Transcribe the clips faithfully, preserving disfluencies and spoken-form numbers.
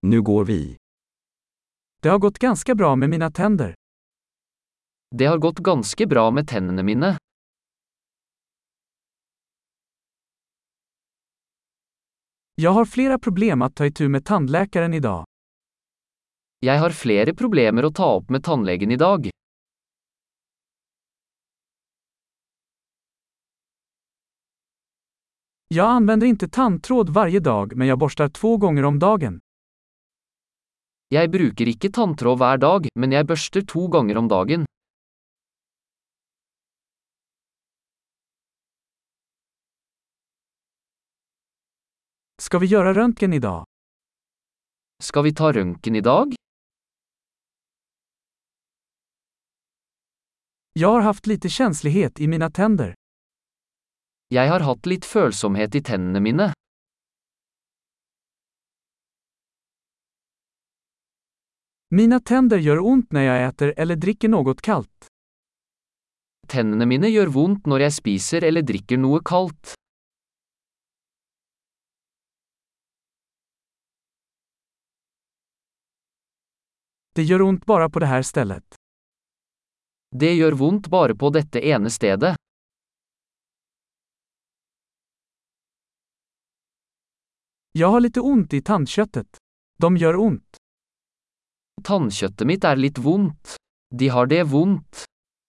Nu går vi. Det har gått ganska bra med mina tänder. Det har gått ganske bra med tennene mine. Jag har flera problem att ta itu med tandläkaren idag. Jeg har flere problemer å ta opp med tannlegen i dag. Jag använder inte tandtråd varje dag, men jag borstar två gånger om dagen. Jeg bruker ikke tanntråd hver dag, men jeg børster to ganger om dagen. Ska vi göra röntgen idag? Skal vi ta røntgen i dag? Jag har haft lite känslighet i mina tänder. Jeg har hatt litt følsomhet i tennene mine. Mina tänder gör ont när jag äter eller dricker något kallt. Tennene mine gjør vondt når jeg spiser eller drikker noe kaldt. Det gör ont bara på det här stället. Det gjør vondt bare på dette ene stedet. Jag har lite ont i tandköttet. De gör ont. Tannkjøttet mitt er litt vondt. De har det vondt.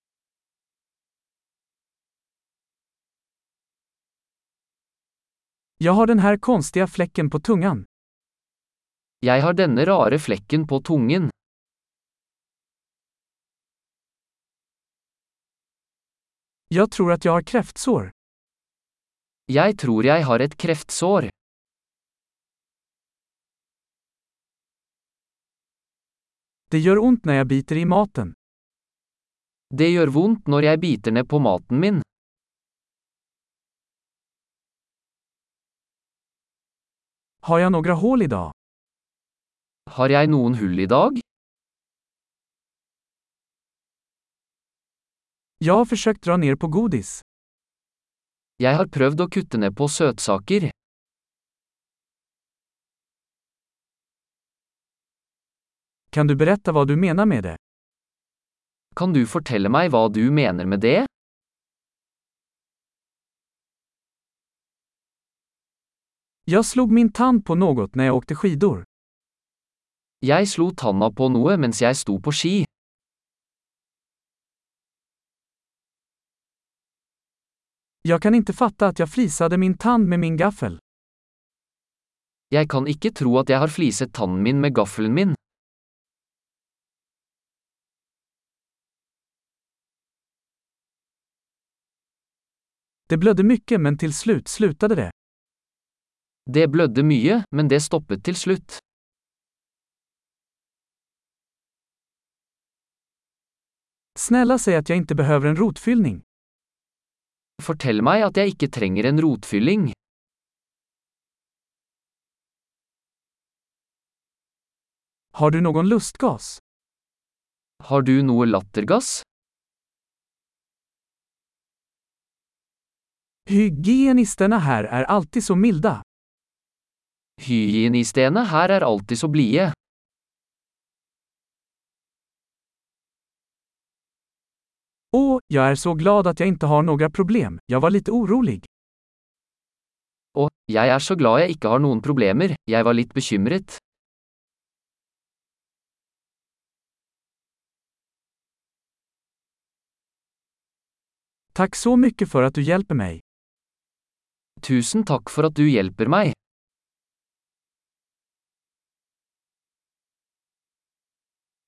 Jag har den här konstiga fläcken på tungan. Jeg har denne rare flekken på tungen. Jag tror att jag har kräftsår. Jeg tror jeg har et kreftsår. Det gör ont när jag biter i maten. Det gjør vondt når jeg biter ned på maten min. Har jag några hål idag? Har jeg noen hull i dag? Jag har försökt dra ner på godis. Jeg har prøvd å kutte ned på søtsaker. Kan du berätta vad du menar med det? Kan du fortelle meg hva du mener med det? Jag slog min tand på något när jag åkte skidor. Jeg slo tanna på noe mens jeg sto på ski. Jag kan inte fatta att jag flisade min tand med min gaffel. Jeg kan ikke tro at jeg har fliset tannen min med gaffelen min. Det blödde mycket, men till slut slutade det. Det blødde mye, men det stoppet til slutt. Snälla säg att jag inte behöver en rotfyllning. Fortell meg at jeg ikke trenger en rotfylling. Har du någon lustgas? Har du noe lattergass? Hygienisterna här är alltid så milda. Hygienistene her er alltid så blide. Åh, jag är så glad att jag inte har några problem. Jag var lite orolig. Og, jeg er så glad jeg ikke har noen problemer. Jeg var litt bekymret. Tack så mycket för att du hjälper mig. Tusen takk for at du hjelper meg.